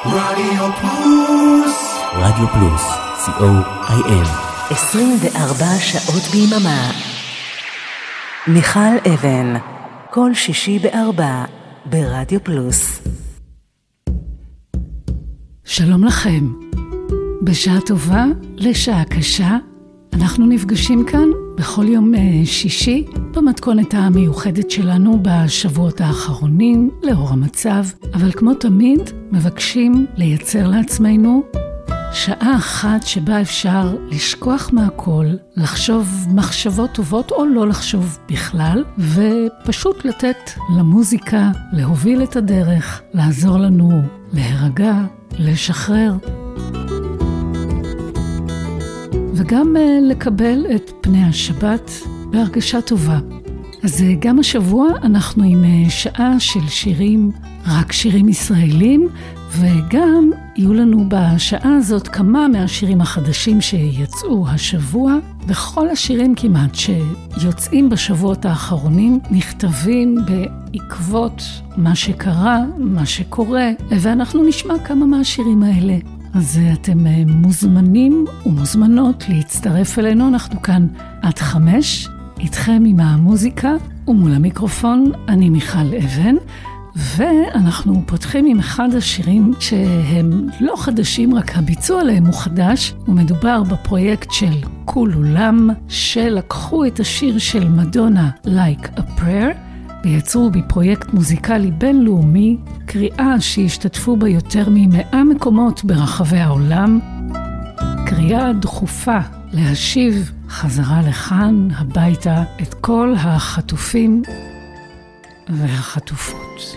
רדיו פלוס. רדיו פלוס, co.il. 24 שעות ביממה. מיכל אבן, כל שישי ב4 ברדיו פלוס. שלום לכם. בשעה טובה לשעה קשה, אנחנו נפגשים כאן בכל יום שישי במתכונת המיוחדת שלנו בשבועות האחרונים לאור המצב, אבל כמו תמיד מבקשים לייצר לעצמנו שעה אחת שבה אפשר לשכוח מהכל, לחשוב מחשבות טובות או לא לחשוב בכלל, ופשוט לתת למוזיקה להוביל את הדרך, לעזור לנו להירגע, לשחרר, וגם לקבל את פני השבת בהרגשה טובה. אז גם השבוע אנחנו עם שעה של שירים, רק שירים ישראלים, וגם יהיו לנו בשעה הזאת כמה מהשירים החדשים שיצאו השבוע, וכל השירים כמעט שיוצאים בשבועות האחרונים נכתבים בעקבות מה שקרה, מה שקורה, ואנחנו נשמע כמה מהשירים האלה. אז אתם מוזמנים ומוזמנות להצטרף אלינו, אנחנו כאן עד 5, איתכם עם המוזיקה, ומול המיקרופון אני מיכל אבן, ואנחנו פותחים עם אחד השירים שהם לא חדשים, רק הביצוע עליהם הוא חדש, ומדובר בפרויקט של כול עולם, שלקחו את השיר של מדונה Like a Prayer, ויצרו בפרויקט מוזיקלי בינלאומי, קריאה שהשתתפו בה יותר מ100 מקומות ברחבי העולם, קריאה דחופה להשיב חזרה לכאן הביתה את כל החטופים והחטופות.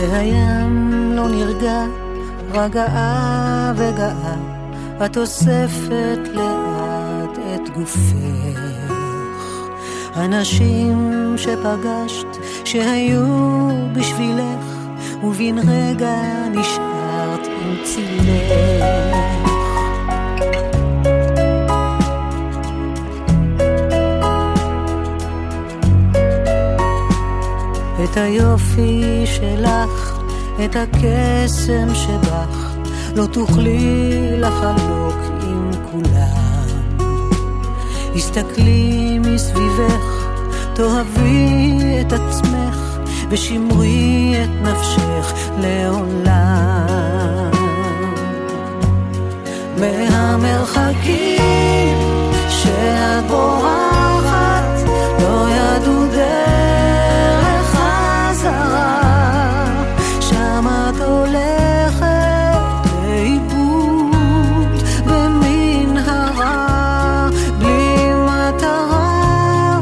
והים לא נרגע, רגעה וגעה, את אוספת לאט את גופך. אנשים שפגשת שהיו בשבילך, ובין רגע נשארת עם צילך. את היופי שלך, את הקסם שבך, לא תוכלי לחלוק עם כולם. הסתכלי מסביבך, תאהבי את עצמך, ושמרי את נפשך לעולם. מהמרחקים שאת בורחת, לא ידעו דרך חזרה, שם את הולכת לאיבוד במנהרה, בלי מטרה,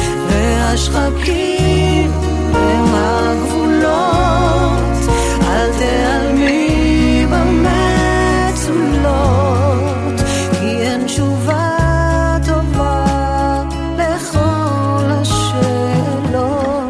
והשחקים הם הגבולות, אל תיעלמי במצולות, כי אין תשובה טובה לכל השאלות.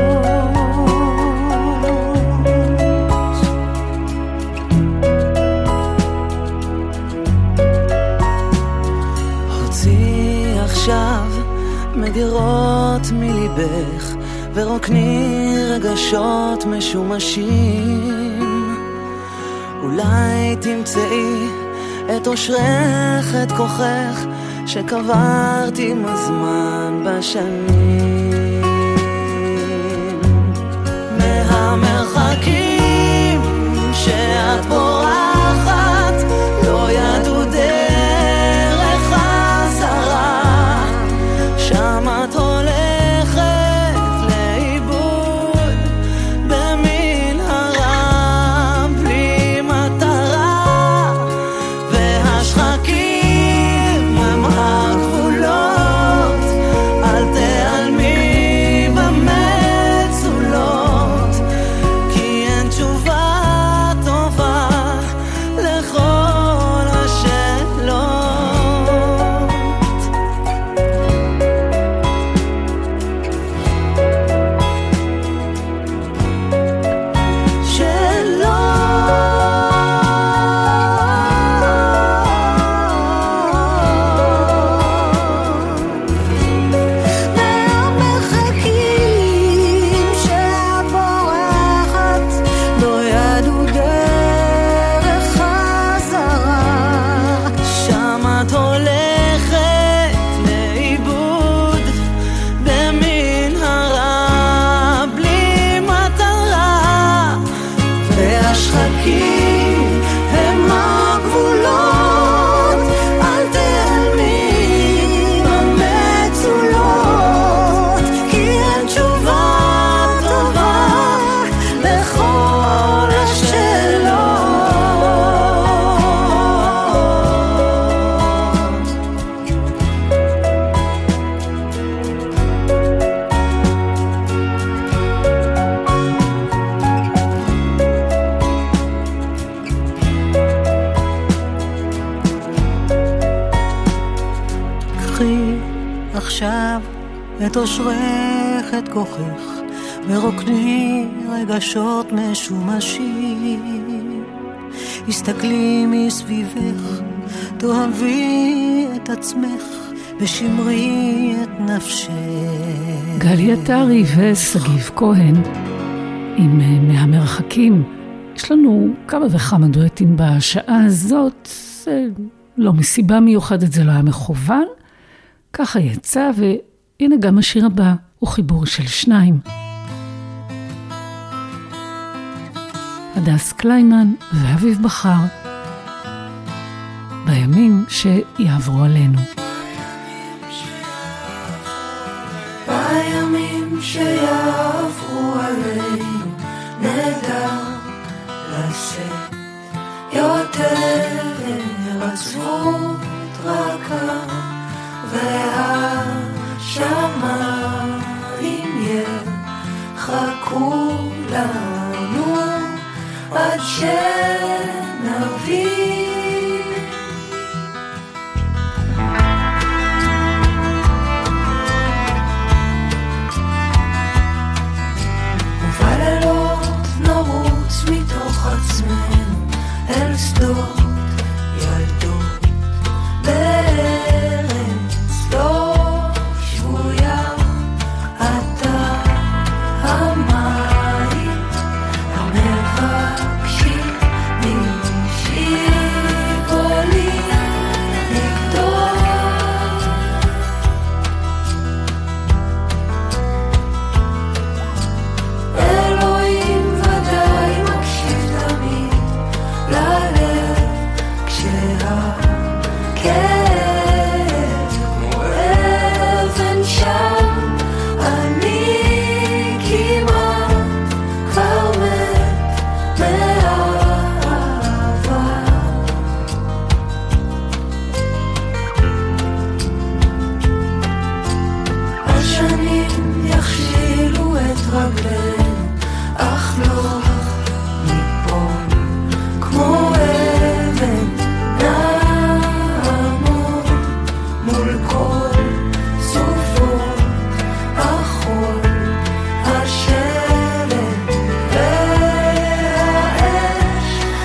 הוציא עכשיו מגירות מליבך, ורוקני רגשות משומשים. אולי תמצאי את אושרך, את כוחך, שקברת עם הזמן בשנים. מהמרחקים שאת בורחת, לא ידעו דרך חזרה, שם את הולכת לאיבוד במנהרה, בלי מטרה, והשחקים הם הגבולות, אל תיעלמי במצולות, כי אין תשובה טובה לכל השאלות. מהמרחקים שאת בורחת, לא ידעו דרך חזרה, שם את הולכת לאיבוד במנהרה, בלי מטרה, והשחקים הם הגבולות, אל תיעלמי במצולות, כי אין תשובה טובה לכל השאלות. קחי עכשיו את אושרך, את כוחך, ורוקני רגשות משומשים. הסתכלי מסביבך, תאהבי את עצמך, ושמרי את נפשך. גלי עטרי וסגיב כהן עם מהמרחקים. יש לנו כמה וכמה דואטים בשעה הזאת, זה לא מסיבה מיוחדת, זה לא היה מכוון, ככה יצא, והנה גם השיר הבא הוא חיבור של שניים. הדס קליינמן ואביב בחר, בימים שיעברו עלינו. בימים שיעברו עלינו נדע לשאת יותר עצבות רכה, והשמיים יחכו לנו. עד שנביא. ובלילות נרוץ מתוך עצמנו אל שדות ילדות בארץ לא שבויה. אתה המים המבקשים משיר עולים לגדול. אלוהים ודאי מקשיב תמיד ללב כשהכאב כמו אבן שם. אני כמעט כבר מת מאהבה. השנים יכשילו את רגלינו אך לא ניפול כמו אבן נעמוד מול כל סופות החול השלג והאש.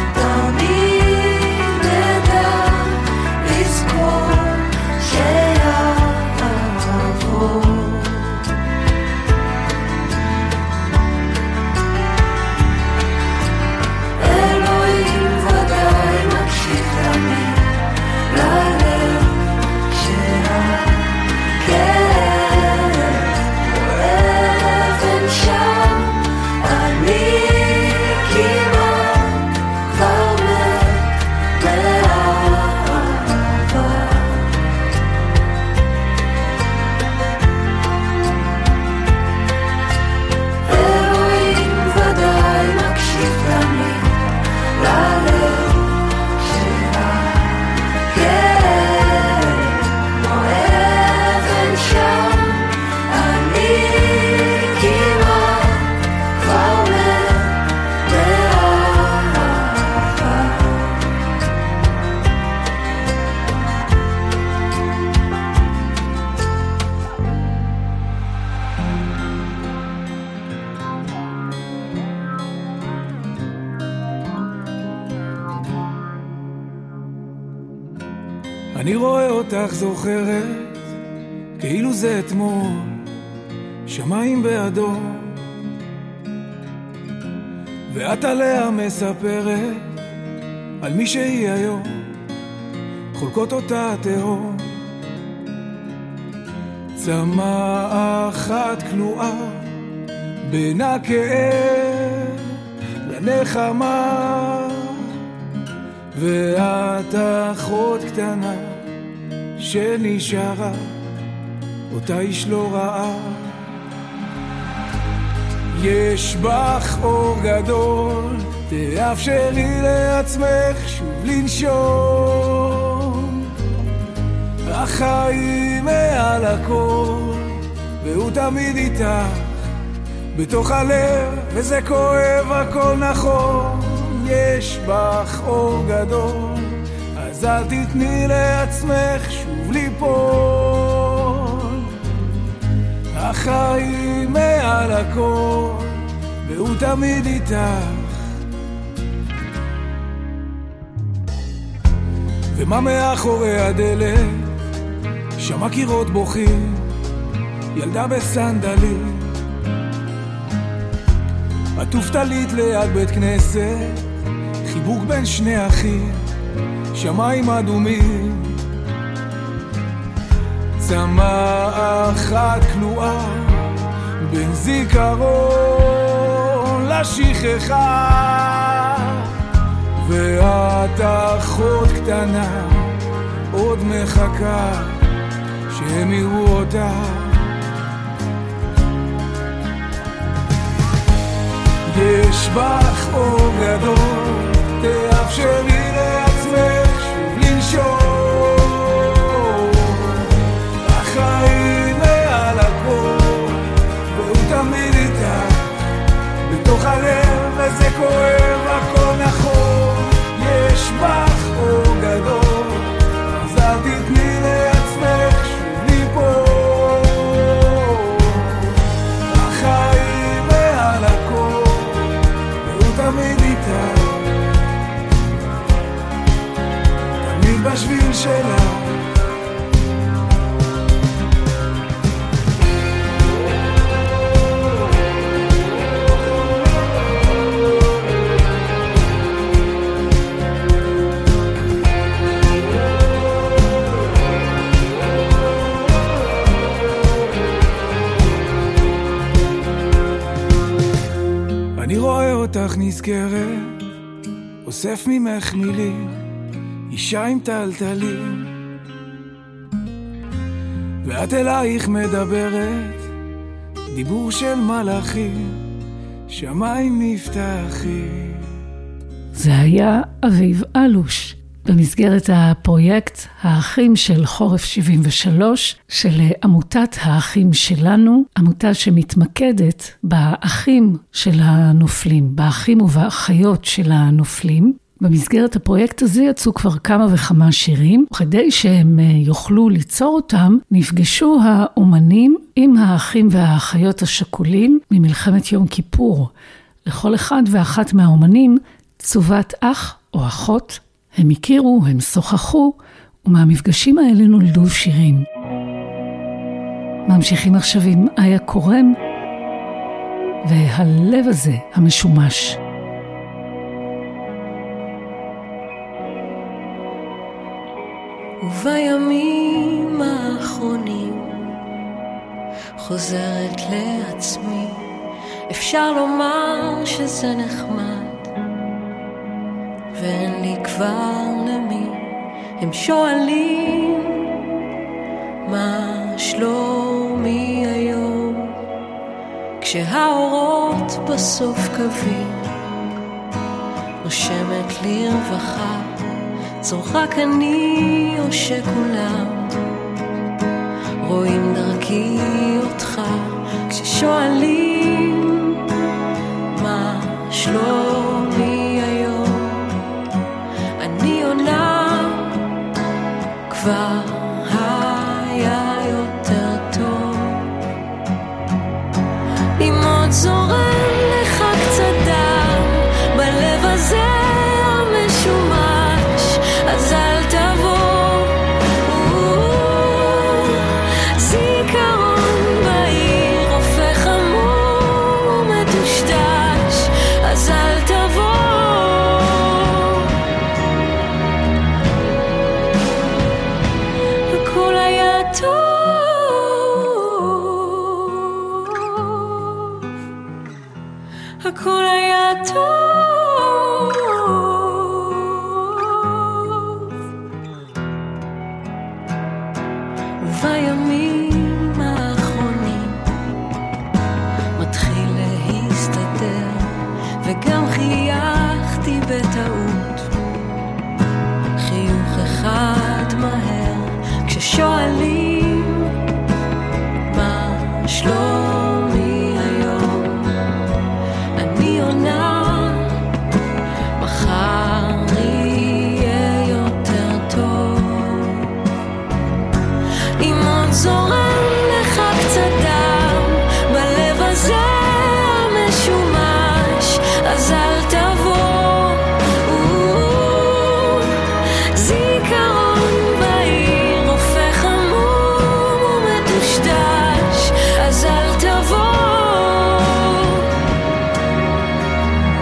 תמיד נדע לזכור שיעבור. אלוהים ודאי מקשיב תמיד ללב כשהכאב כמו אבן שם. אני כמעט כבר מת מאהבה. אלוהים ודאי מקשיב תמיד ללב כשהכאב כמו אבן שם. אני כמעט כבר מת מאהבה. אני רואה אותך זוכרת כאילו זה אתמול, שמיים באדום, ואת עליה מספרת על מי שהיא היום, חולקות אותה תהום. צמחת כלואה בין הכאב לנחמה, ואת אחות קטנה שנשארה, אותה איש לא ראה. יש בך אור גדול, תאפשרי לעצמך שוב לנשום. החיים מעל הכל, והוא תמיד איתך בתוך הלב, וזה כואב הכל נכון. יש בך אור גדול, אז אל תתני לעצמך שוב ליפול. החיים מעל הכל, והוא תמיד איתך. ומה מאחורי הדלת? שם קירות בוכים, ילדה בסנדלים, עטוף טלית ליד בית כנסת, חיבוק בין שני אחים, שמיים אדומים. צמחת כלואה בין זיכרון לשכחה, ואת אחות קטנה עוד מחכה שהם יראו אותה. יש בך אור גדול, תאפשרי לעצמך שוב לנשום. החיים מעל הכל, והוא תמיד איתך בתוך הלב, וזה כואב הכל ואני רואה אותך נזכרת, אוסף ממך מילים, אישה עם טלטלים, ואת אלייך מדברת, דיבור של מלאכים, שמיים נפתחים. זה היה אביב אלוש, במסגרת הפרויקט האחים של חורף 73 של עמותת האחים שלנו, עמותה שמתמקדת באחים של הנופלים, באחים ובאחיות של הנופלים. במסגרת הפרויקט הזה יצאו כבר כמה וכמה שירים, וכדי שהם יוכלו ליצור אותם, נפגשו האומנים עם האחים והאחיות השכולים ממלחמת יום כיפור. לכל אחד ואחת מהאומנים צוות אח או אחות, הם הכירו, הם שוחחו, ומהמפגשים האלה נולדו שירים. ממשיכים עכשיו עם איה קורם, והלב הזה המשומש. ובימים האחרונים חוזרת לעצמי, אפשר לומר שזה נחמד, ואין לי כבר למי. הם שואלים מה שלומי היום, כשהאורות בסוף קווים, נושמת לי רווחה, זו רק אני או שכולם רואים דרכי אותך. כששואלים מה שלומי היום, אני עונה כבר היה יותר טוב. אם עוד זורם לך קצת דם בלב הזה המשומש, אז אל תבוא. זיכרון בעיר הופך עמום ומטושטש, אז אל תבוא. הכל היה טוב, הכל היה טוב. ובימים האחרונים מתחיל להסתדר, וגם חייכתי בטעות, חיוך אחד מהר, כששואלים מה שלומי היום, אני עונה מחר יהיה יותר טוב. אם עוד זורם לך קצת דם בלב הזה המשומש, אז אל תבוא. זיכרון בעיר הופך עמום ומטושטש, אז אל תבוא.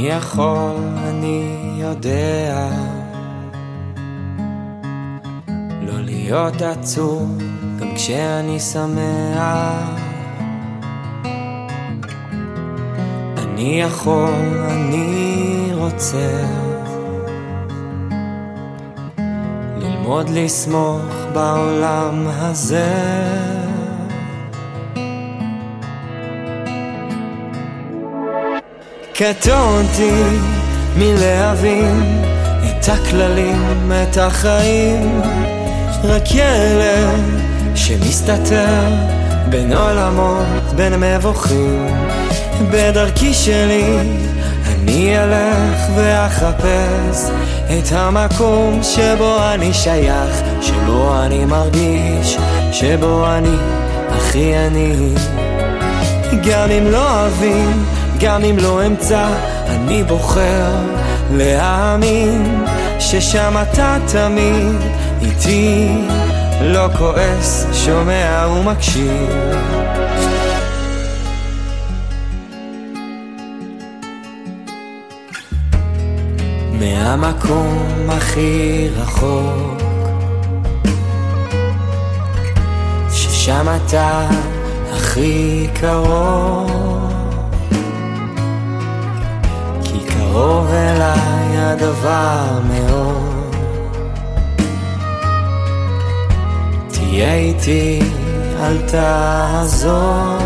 אני יכול, אני יודע לא להיות עצוב גם כשאני שמח. אני יכול, אני רוצה ללמוד לסמוך בעולם הזה. קטונתי מלהבין את הכללים, את החיים, רק ילד שמסתתר בין עולמות, בין מבוכים. בדרכי שלי אני אלך ואחפש את המקום שבו אני שייך, שבו אני מרגיש, שבו אני הכי אני. גם אם לא אבין, גם אם לא אמצא, אני בוחר להאמין ששם אתה תמיד איתי, לא כועס, שומע ומקשיב. מהמקום הכי רחוק, ששם אתה הכי קרוב, כי קרוב אליי הדבר מאוד. תהיה איתי, אל תעזור.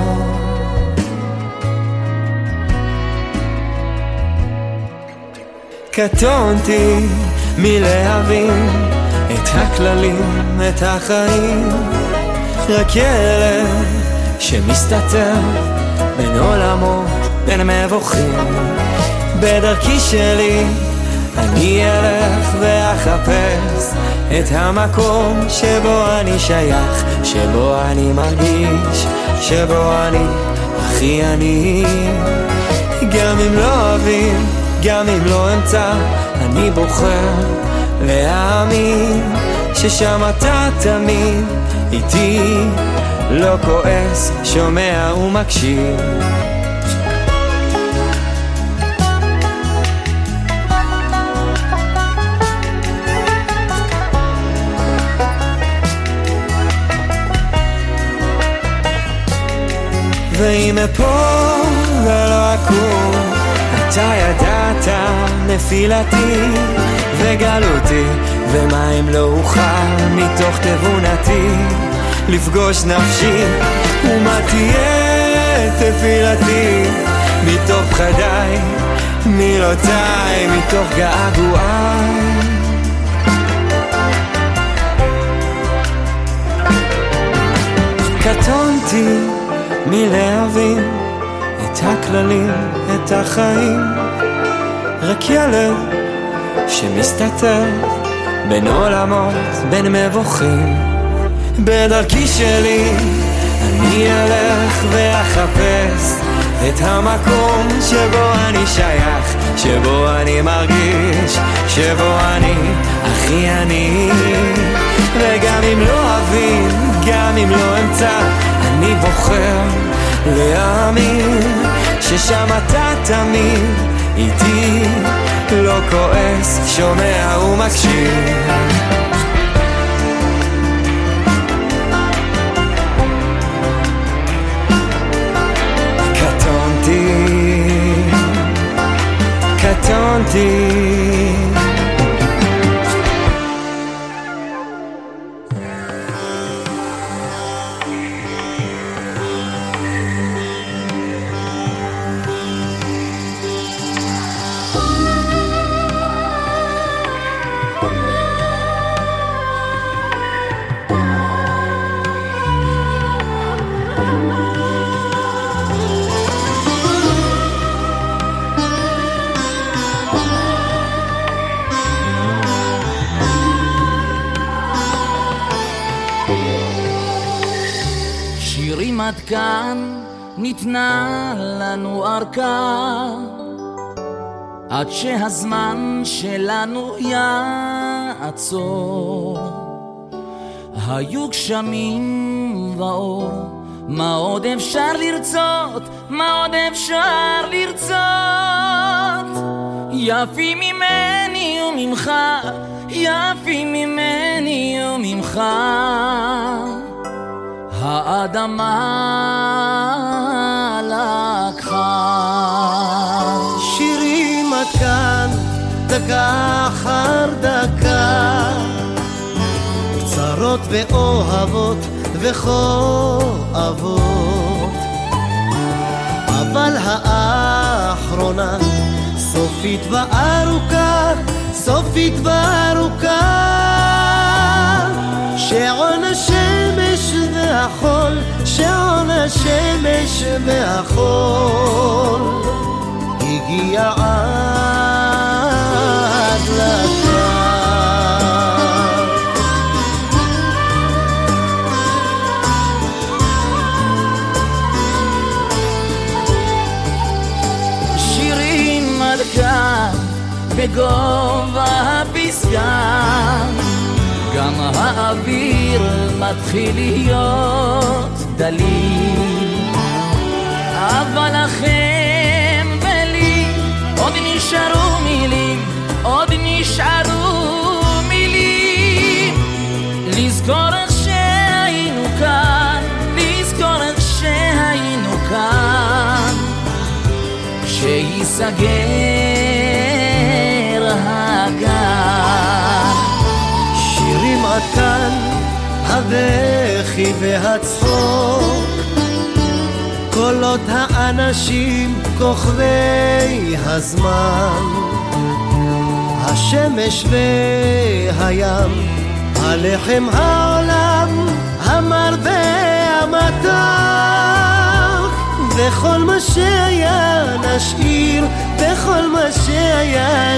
קטונתי מלהבין את הכללים, את החיים, רק ילד שמסתתר בין עולמות, בין מבוכים. בדרכי שלי אני אלך ואחפש את המקום שבו אני שייך, שבו אני מרגיש, שבו אני הכי אני. גם אם לא אבין, גם אם לא אמצא, אני בוחר להאמין ששם אתה תמיד איתי, לא כועס, שומע ומקשיב. ואם אפול ולא אקום, אתה ידעת נפילתי וגלותי, ומה אם לא אוכל מתוך תבונתי לפגוש נפשי, ומה תהיה תפילתי מתוך פחדיי, מילותיי מתוך געגועיי. קטונתי מלהבין את הכללים, את החיים, רק ילד שמסתתר בין עולמות, בין מבוכים. בדרכי שלי אני אלך ואחפש את המקום שבו אני שייך, שבו אני מרגיש, שבו אני הכי אני. וגם אם לא אבין, גם אם לא אמצא, אני בוחר להאמין ששם אתה תמיד איתי, לא כועס, שומע ומקשיב. קטונתי. שירים עד כאן, ניתנה לנו ארכה, עד שהזמן שלנו יעצור. היו גשמים ואור, מה עוד אפשר לרצות? מה עוד אפשר לרצות? יפי ממני וממך, יפי ממני וממך, האדמה לקחה. שירים עד כאן, דקה אחר דקה, קצרות ואוהבות וכואבות, אבל האחרונה סופית וארוכה, סופית וארוכה, שעון השמש והחול, שעון השמש והחול הגיע עד לקו. שירים עד כאן בגובה הפסגה, גם האוויר מתחיל להיות דליל, אבל לכם ולי עוד נשארו מילים, עוד נשארו מילים, לזכור איך שהיינו כאן, לזכור איך שהיינו כאן, שיסגר הגן. שירים עד כאן, הבכי והצחוק, קולות האנשים כוכבי הזמן, השמש והים, הלחם העולם, המר והמתוק, וכל מה שהיה נשאיר, וכל מה שהיה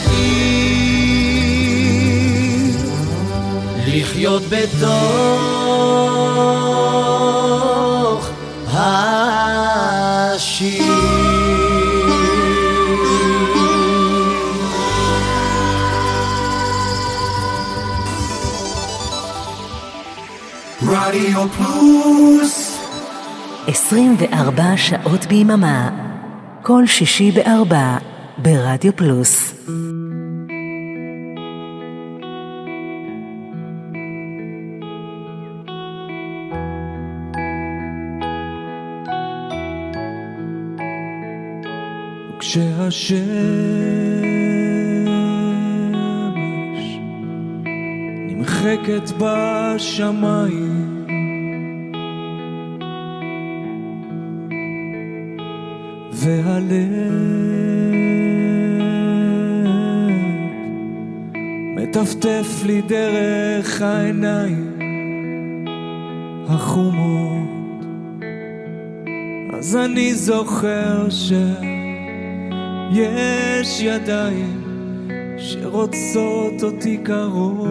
נשאיר, לחיות בתוך השיר. רדיו פלוס 24 שעות ביממה, כל שישי ב-4 ברדיו פלוס. כשהשמש נמחקת בשמיים, והלב מטפטף לי דרך העיניים החומות, אז אני זוכר שיש ידיים שרוצות אותי קרוב,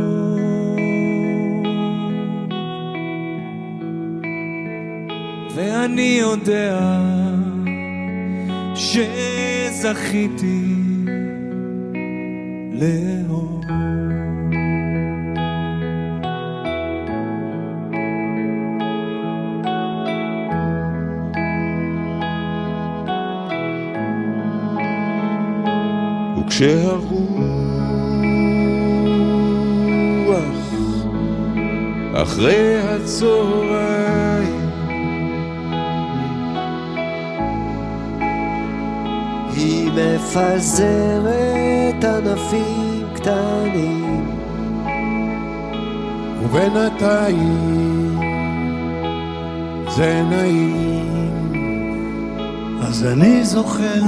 ואני יודע שזכיתי לאהוב. וכשהרוח אחרי הצהריים היא מפזרת ענפים קטנים, ובינתיים זה נעים, אז אני זוכר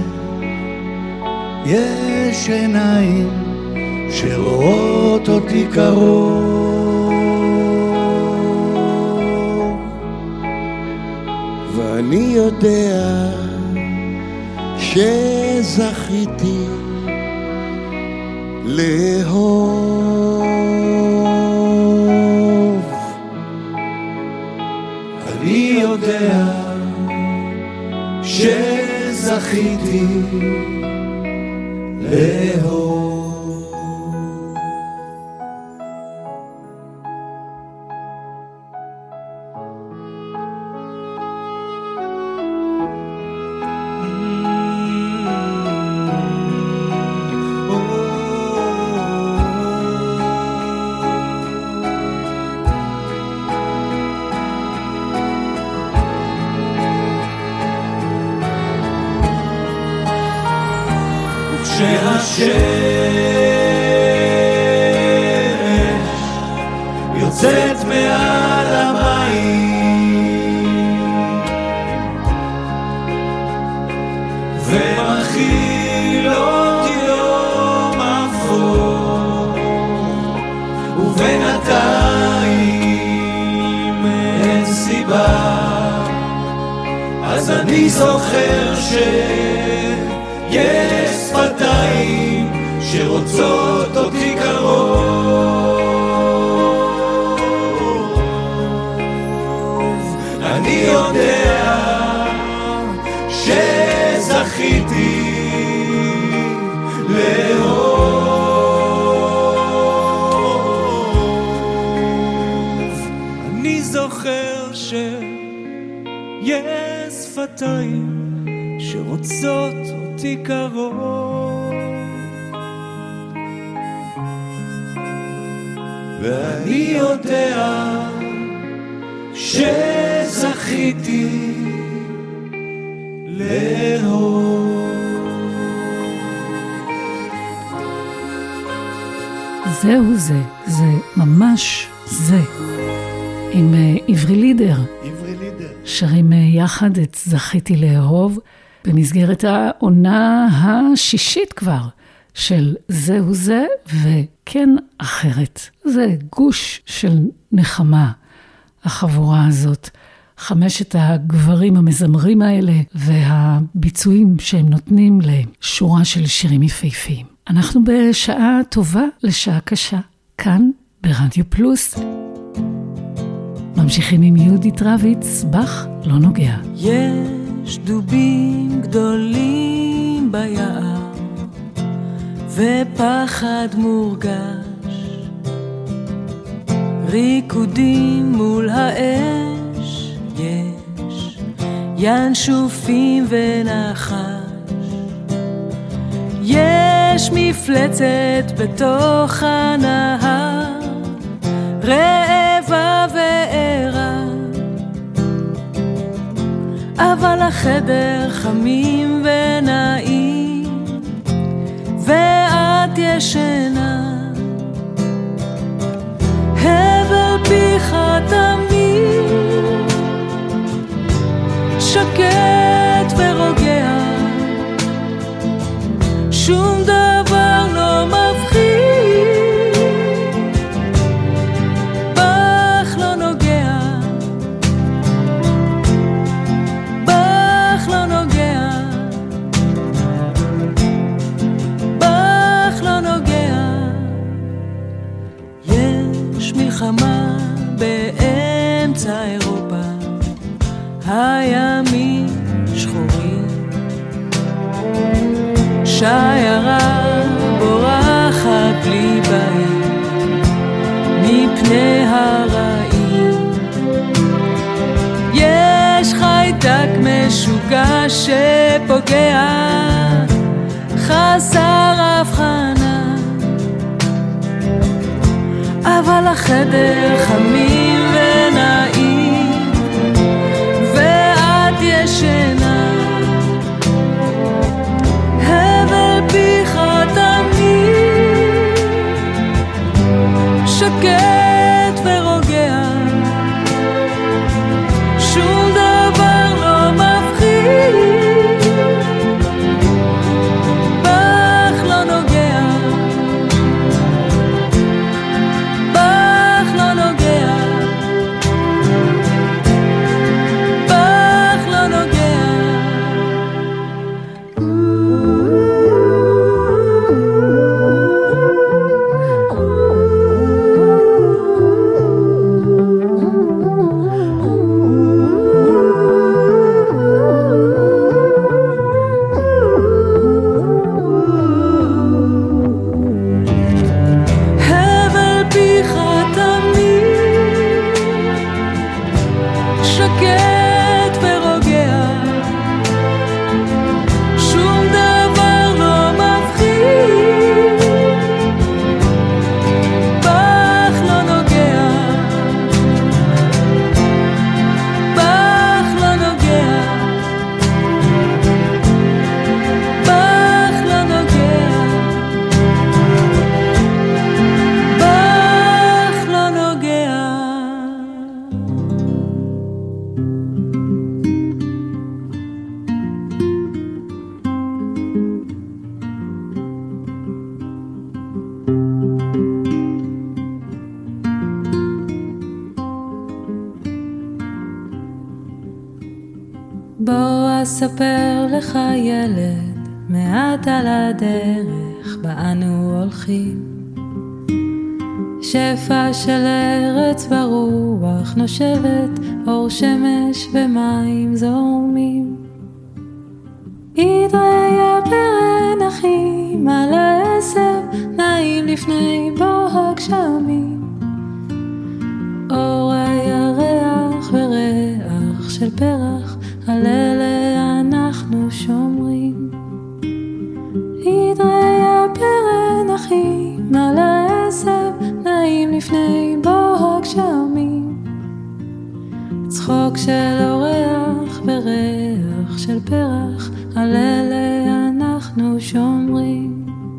יש עיניים שרואות אותי קרוב, ואני יודע שזכיתי לאהוב. אני יודע שזכיתי לאהוב. כשהשמש יוצאת מעל המים ומכילות יום אפור, ובינתיים אין סיבה. אז אני זוכר שיש שפתיים שרוצות אותי קרוב. אני יודע שזכיתי לאהוב. אני זוכר שיש שפתיים שרוצות אותי קרוב, ואני יודע שזכיתי לאהוב. זהו זה, זה ממש זה. עם עברי לידר. שרים יחד את זכיתי לאהוב, במסגרת העונה השישית כבר של זהו זה וכן אחרת. זה גוש של נחמה, החבורה הזאת. 5 הגברים המזמרים האלה והביצועים שהם נותנים לשורה של שירים יפהפיים. אנחנו בשעה טובה לשעה קשה, כאן ברדיו פלוס. ממשיכים עם יהודית רביץ, בך לא נוגע. יש דובים גדולים ביער ופחד מורגש, ריקודים מול האש, יש ינשופים ונחש, יש מפלצת בתוך הנהר, רעבה וערה, אבל החדר חמים ונעים ואת ישנה, הבל פיך תמיד שקט ורוגע, שום דבר לא מבחין, בך לא נוגע, בך לא נוגע, בך לא נוגע. יש מלחמה באמצע אירופה, הימים שחורים, שיירה בורחת בלי בית מפני הרעים, יש חיידק משוגע שפוגע חסר הבחנה, אבל החדר חמים ונעים ואת ישנה, הבל פיך תמיד שקט ורוגע, שום דבר לא מבחין, בך לא נוגע, בך לא נוגע. בוא אספר לך ילד מעט על הדרך בה אנו הולכים, שפע של ארץ ברוח נושבת, אור שמש ומים זורמים. ידריה פרן אחים על העשב נעים לפני בוא הגשמים, אור הירח וריח של פרח על אלה אנחנו שומרים. ידריה פרן אחים על העשב נעים לפני בוא הגשמים, צחוק של אורח וריח של פרח על אלה אנחנו שומרים.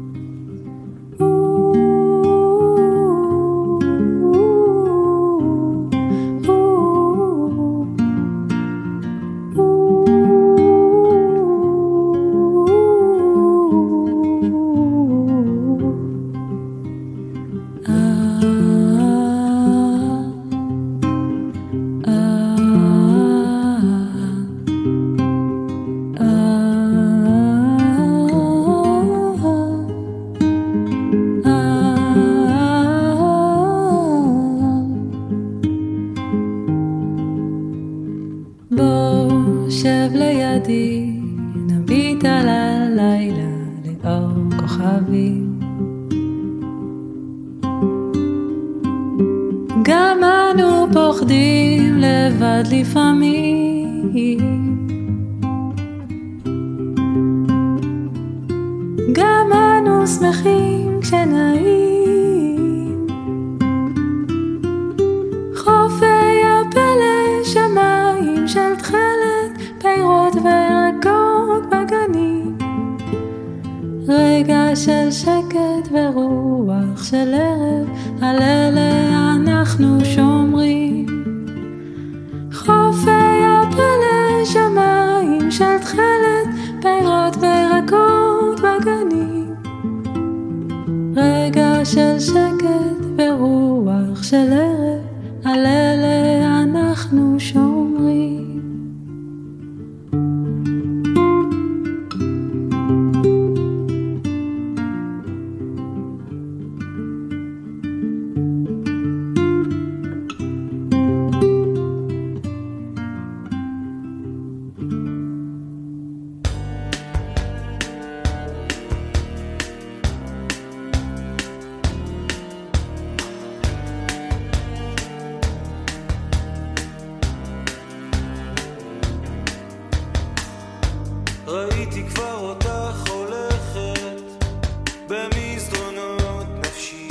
ראיתי כבר אותך הולכת במסדרונות נפשי,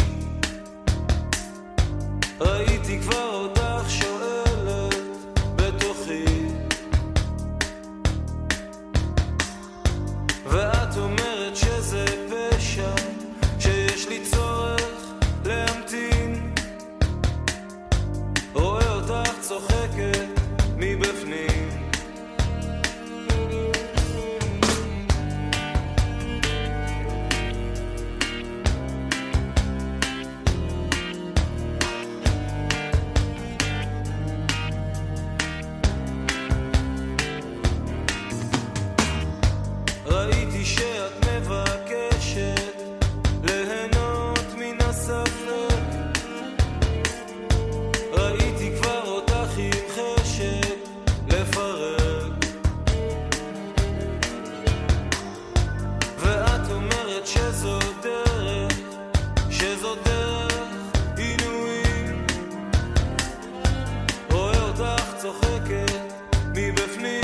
ראיתי כבר אותך שואלת בתוכי, ואת אומרת שזה פשע, שיש לי צורך להמתין, רואה אותך צוחקת מבפנים, ראיתי שאת מבקשת ליהנות מן הספק, ראיתי כבר אותך עם חשק לפרק, ואת אומרת שזו דרך, שזו דרך עינויים, רואה אותך צוחקת מבפנים,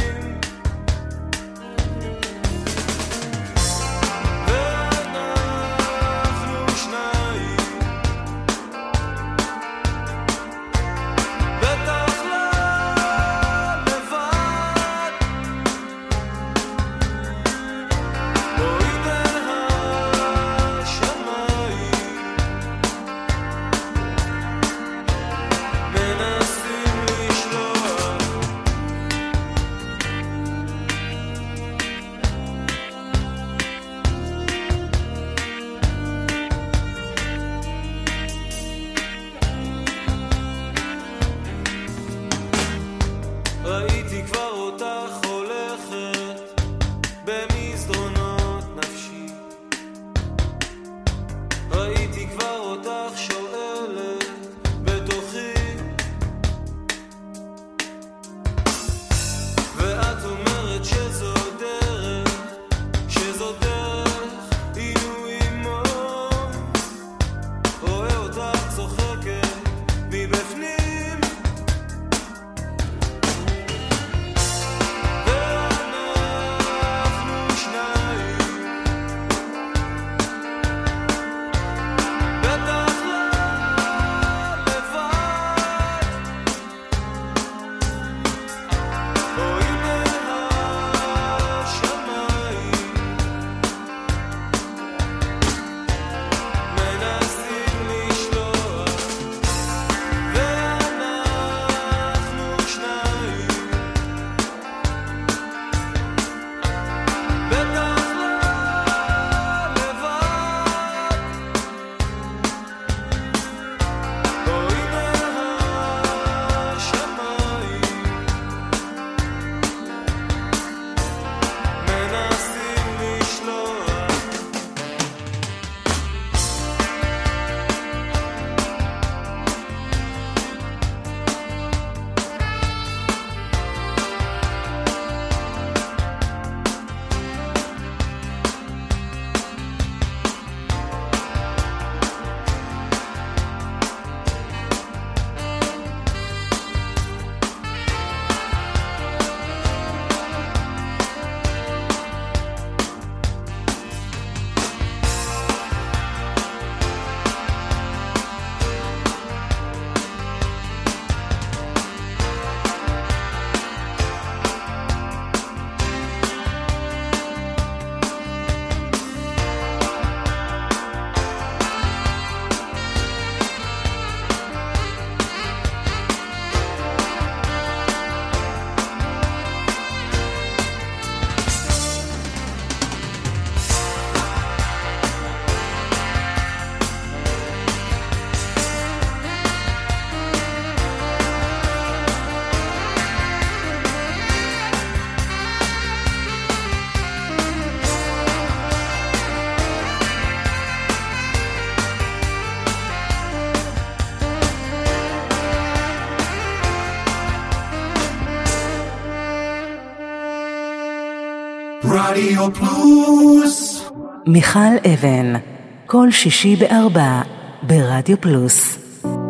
רדיו פלוס. מיכל אבן, כל שישי ב-4 ברדיו פלוס.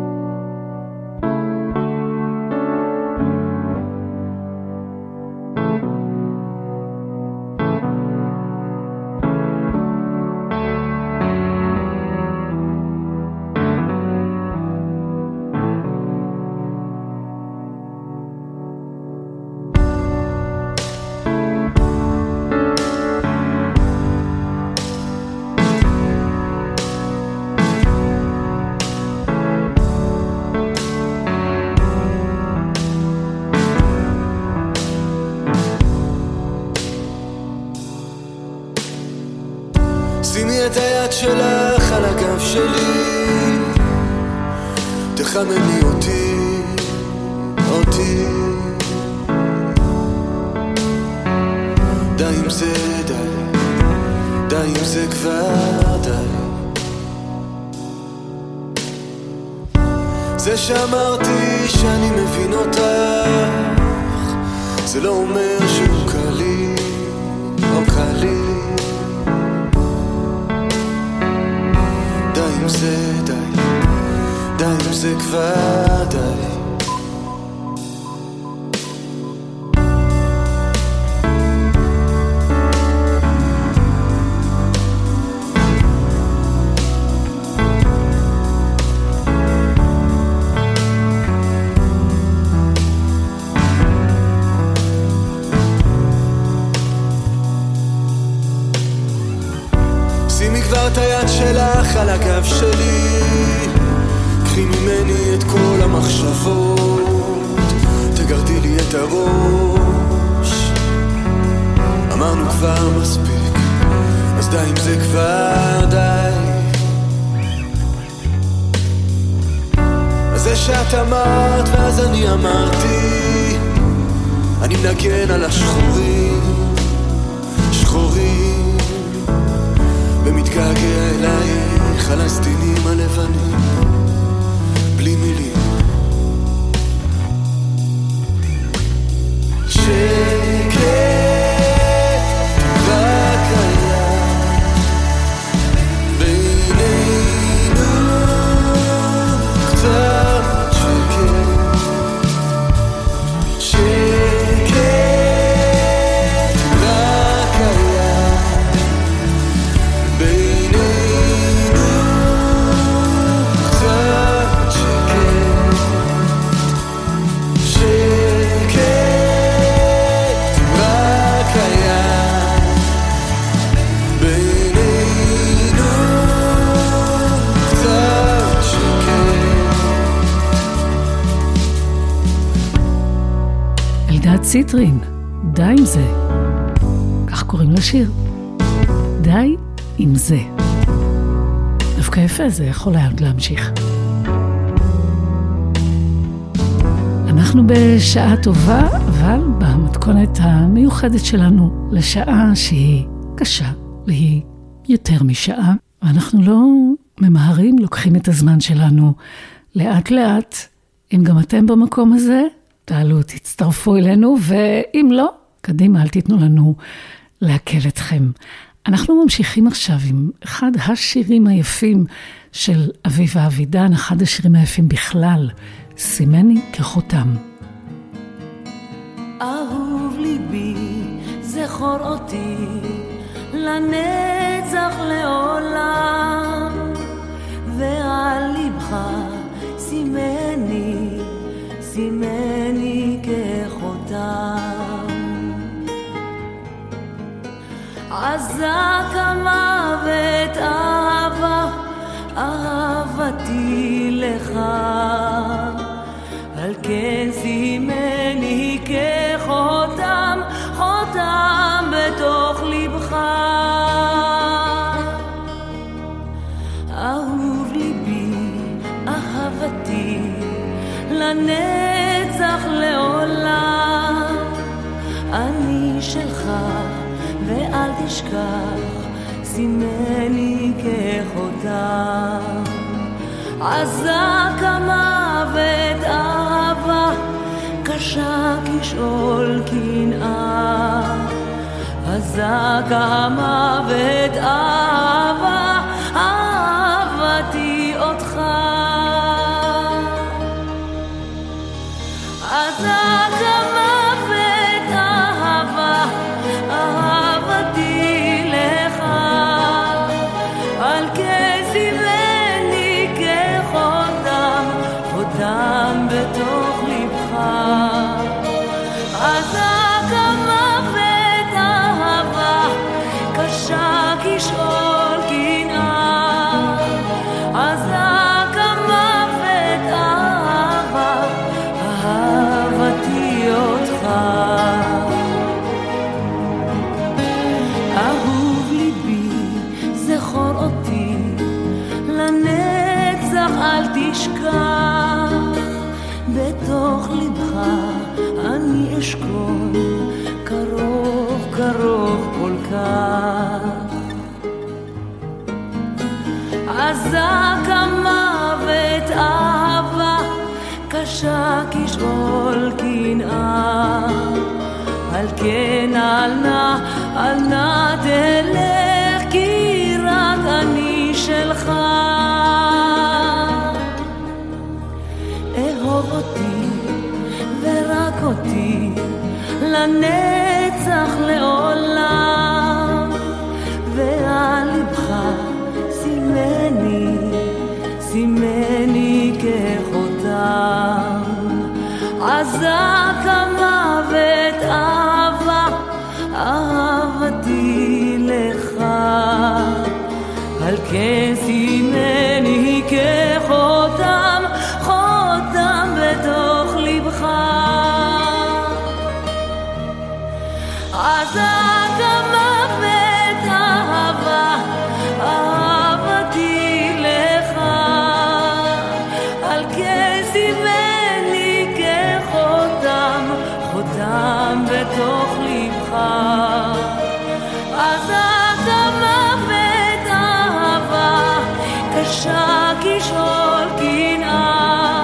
שימי את היד שלך על הגב שלי, תחממי אותי. די עם זה, די עם זה כבר די. זה שאמרתי שאני מבין אותך, זה לא אומר שהוא קלי או קלי. די עם זה, די עם זה כבר די. שימי כבר את היד שלך על הגב שלי, קחי ממני את כל המחשבות, תגרדי לי את הראש. אמרנו כבר מספיק, אז די עם זה כבר די. אז זה שאת אמרת ואז אני אמרתי, אני מנגן על השחורים, שחורים, ומתגעגע אלייך על הסדינים הלבנים, בלי מילים. שקט רק היה בינינו, קצת שקט, שקט רק היה בינינו, קצת שקט, שקט רק היה בינינו, קצת שקט. אלדד ציטרין, די עם זה. כך קוראים לשיר. די עם זה. דווקא יפה, זה יכול היה עוד להמשיך. אנחנו בשעה טובה, אבל במתכונת המיוחדת שלנו לשעה שהיא קשה והיא יותר משעה. ואנחנו לא ממהרים, לוקחים את הזמן שלנו לאט לאט. אם גם אתם במקום הזה, תעלו, תצטרפו אלינו, ואם לא, קדימה, אל תיתנו לנו להקל אתכם. אנחנו ממשיכים עכשיו עם אחד השירים היפים של אביבה אבידן, אחד השירים היפים בכלל, סימני כחותם. אהוב ליבי, זכור אותי, לנצח לעולם, ועל ליבך סימני, סימני כחותם. עזק המוות אהבה, אהבתי לך, על כן סימני כחותם, חותם בתוך ליבך. אהוב ליבי, אהבתי, לנצח לעולם, אני שלך ואל תשכח, סימני כחותם. עזק המוות אהבה, קשה כשאול קנאה, אזעק המוות אהבה, אהבתי אותך. אזעק המוות אהבה, אהבתי לך. על כסימני כחותם, חותם בתוך לבך. אזעק המוות אהבה, קשה כשאול קנאה. אזעק המוות אהבה, אהבתי אותך. אהוב ליבי, זכור אותי, לנצח אל תשכח. בתוך לבך אני אשכון, קרוב קרוב כל כך. אזעק המוות אהבה, קשה כשאול קנאה. על כן אל נא תלך, כי רק אני שלך. אהוב אותי ורק אותי, לנצח לעולם. ועל לבך סימני, סימני כחותם. אזעק המוות אהבה, אהבתי לך. על כן סימני כחותם, חותם בתוך לבך. אזעק המוות אהבה, אהבתי לך. על כן סימני כחותם, חותם בתוך לבך. אזעק המוות אהבה, קשה כשאול קנאה.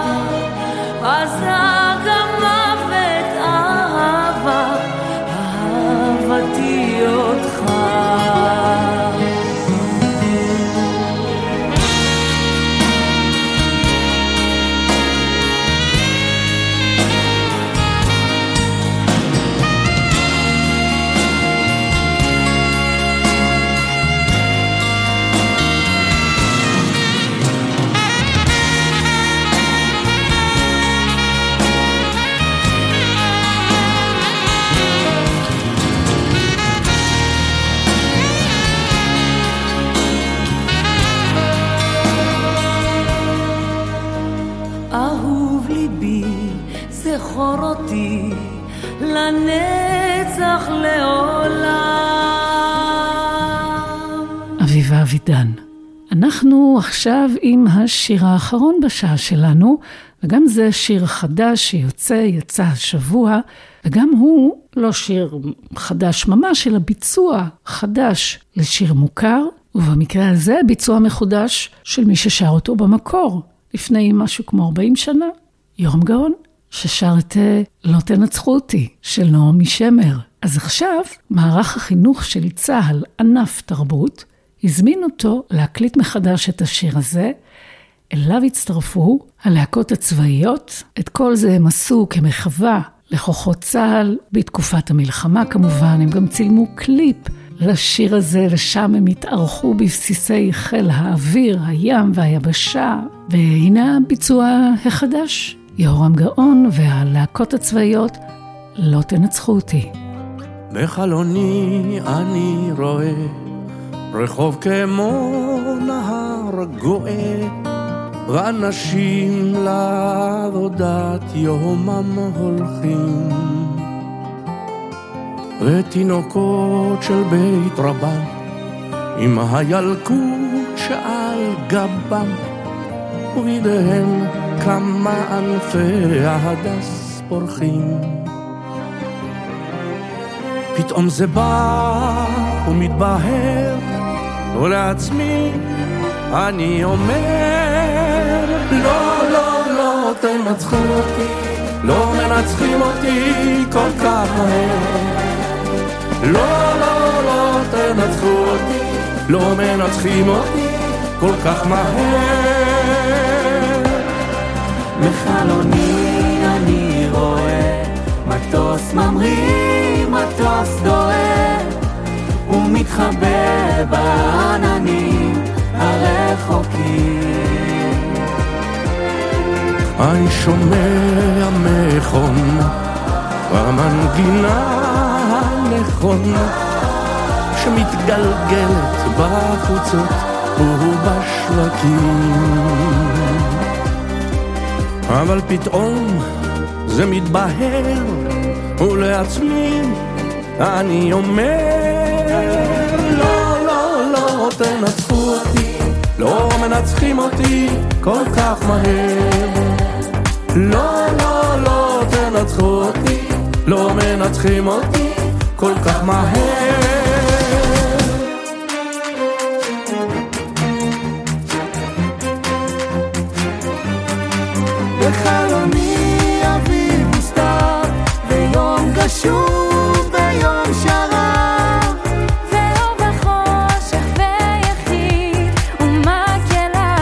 אזעק המוות אהבה, אהבתי אותך. אהוב ליבי, זכור אותי, לנצח לעולם. אביבה אבידן. אנחנו עכשיו עם השיר האחרון בשעה שלנו, וגם זה שיר חדש יצא השבוע, וגם הוא לא שיר חדש ממש, אלא ביצוע חדש לשיר מוכר, ובמקרה הזה ביצוע מחודש של מי ששר אותו במקור, לפני משהו כמו 40 שנה, יורם גאון, ששר את לא תנצחו אותי, של נעמי שמר. אז עכשיו, מערך החינוך של צה"ל, ענף תרבות, הזמין אותו להקליט מחדש את השיר הזה. אליו הצטרפו הלהקות הצבאיות. את כל זה הם עשו כמחווה לכוחות צה"ל בתקופת המלחמה כמובן. הם גם צילמו קליפ לשיר הזה, ושם הם התארחו בבסיסי חיל האוויר, הים והיבשה. והנה הביצוע החדש, יורם גאון והלהקות הצבאיות, לא תנצחו אותי. בחלוני אני רואה רחוב כמו נהר גואה, ואנשים לעבודת יומם הולכים, ותינוקות של בית רבם עם הילקוט שעל גבם, ובידיהם כמה ענפי ההדס פורחים. פתאום זה בא ומתבהר, ולעצמי אני אומר, לא, לא, לא תנצחו אותי, לא מנצחים אותי כל כך מהר. לא, לא, תנצחו אותי, לא מנצחים אותי כל כך מהר. מחלוני אני רואה מטוס ממריא, מטוס דוהר, הוא מתחבא בעננים הרחוקים. אני שומע מכונה במנגינה הנכונה שמתגלגלת בחוצות ובשווקים, אבל פתאום זה מתבהר ולעצמי אני אומר לא, לא, לא תנצחו אותי, לא מנצחים אותי כל כך מהר. לא, לא, לא תנצחו אותי, לא מנצחים אותי כל כך מהר. בחלומי אביב וסתיו ויום גשום ויום שרב, ואור בחושך ויחיד ומקהלה.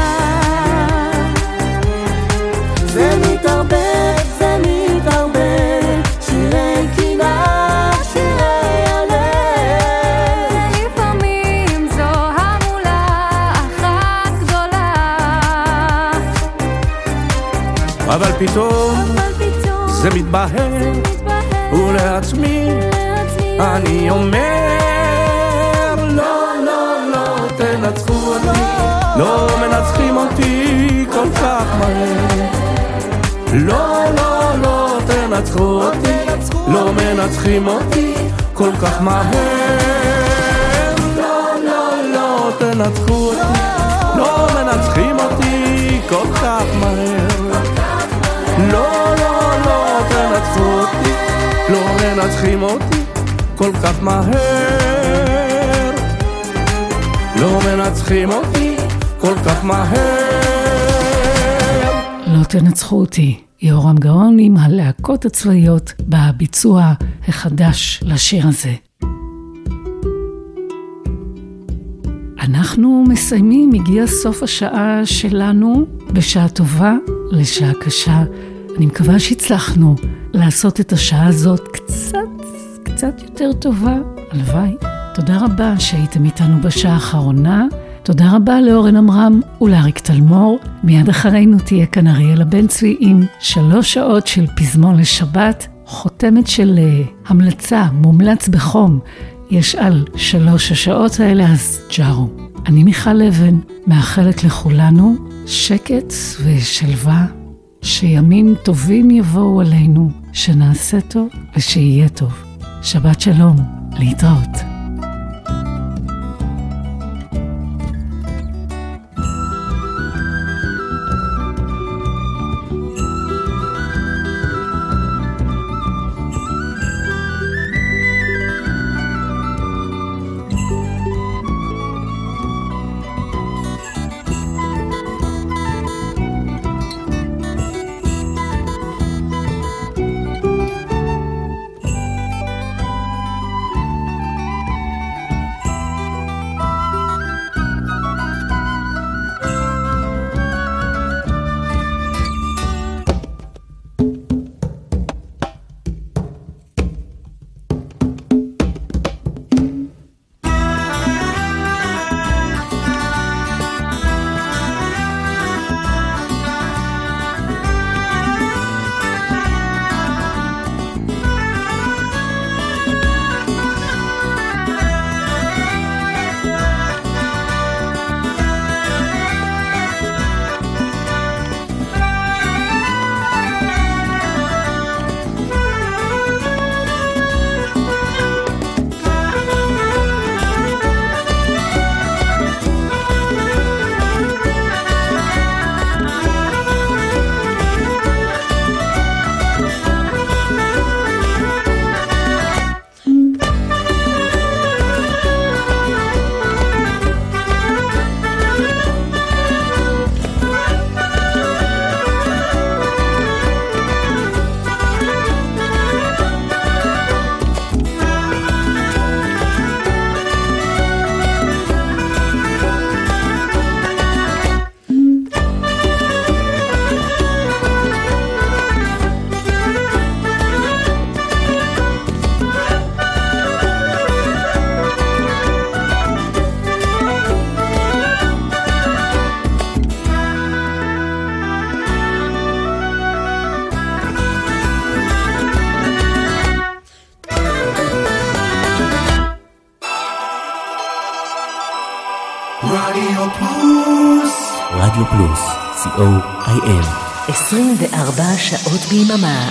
זה מתערבב, זה מתערבב, שירי קינה, שירי הלב, ולפעמים זו המולה אחת גדולה. אבל פתאום זה מתבהר ולעצמי אני אומר לא, לא, לא תנצחו אותי, לא מנצחים אותי כל כך מהר. לא, לא, לא תנצחו אותי, לא מנצחים אותי כל כך מהר. לא, לא, לא תנצחו אותי, לא מנצחים אותי כל כך מהר. לא, לא, לא תנצחו אותי, לא מנצחים אותי כל כך מהר. לא מנצחים אותי כל כך מהר. לא תנצחו אותי, יורם גאון עם הלהקות הצבאיות בביצוע החדש לשיר הזה. אנחנו מסיימים, הגיע סוף השעה שלנו, בשעה טובה לשעה קשה. אני מקווה שהצלחנו לעשות את השעה הזאת קצת יותר טובה, הלוואי. תודה רבה שהייתם איתנו בשעה האחרונה. תודה רבה לאורן אמרם ולאריק תלמור. מיד אחרינו תהיה כאן אריאלה בן צבי עם 3 שעות של פזמון לשבת, חותמת של המלצה, מומלץ בחום. יש על 3 השעות האלה, אז ג'ארו. אני מיכל לבן, מאחלת לכולנו שקט ושלווה, שימים טובים יבואו עלינו, שנעשה טוב ושיהיה טוב. שבת שלום, להתראות. רדיו פלוס. רדיו פלוס, co.il. 24 שעות ביממה.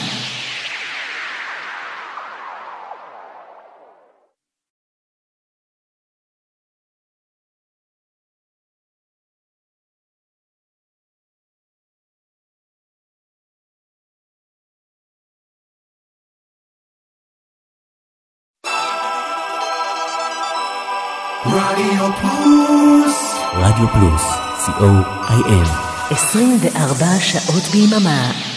רדיו פלוס. רדיו פלוס, co.il. 24 שעות ביממה.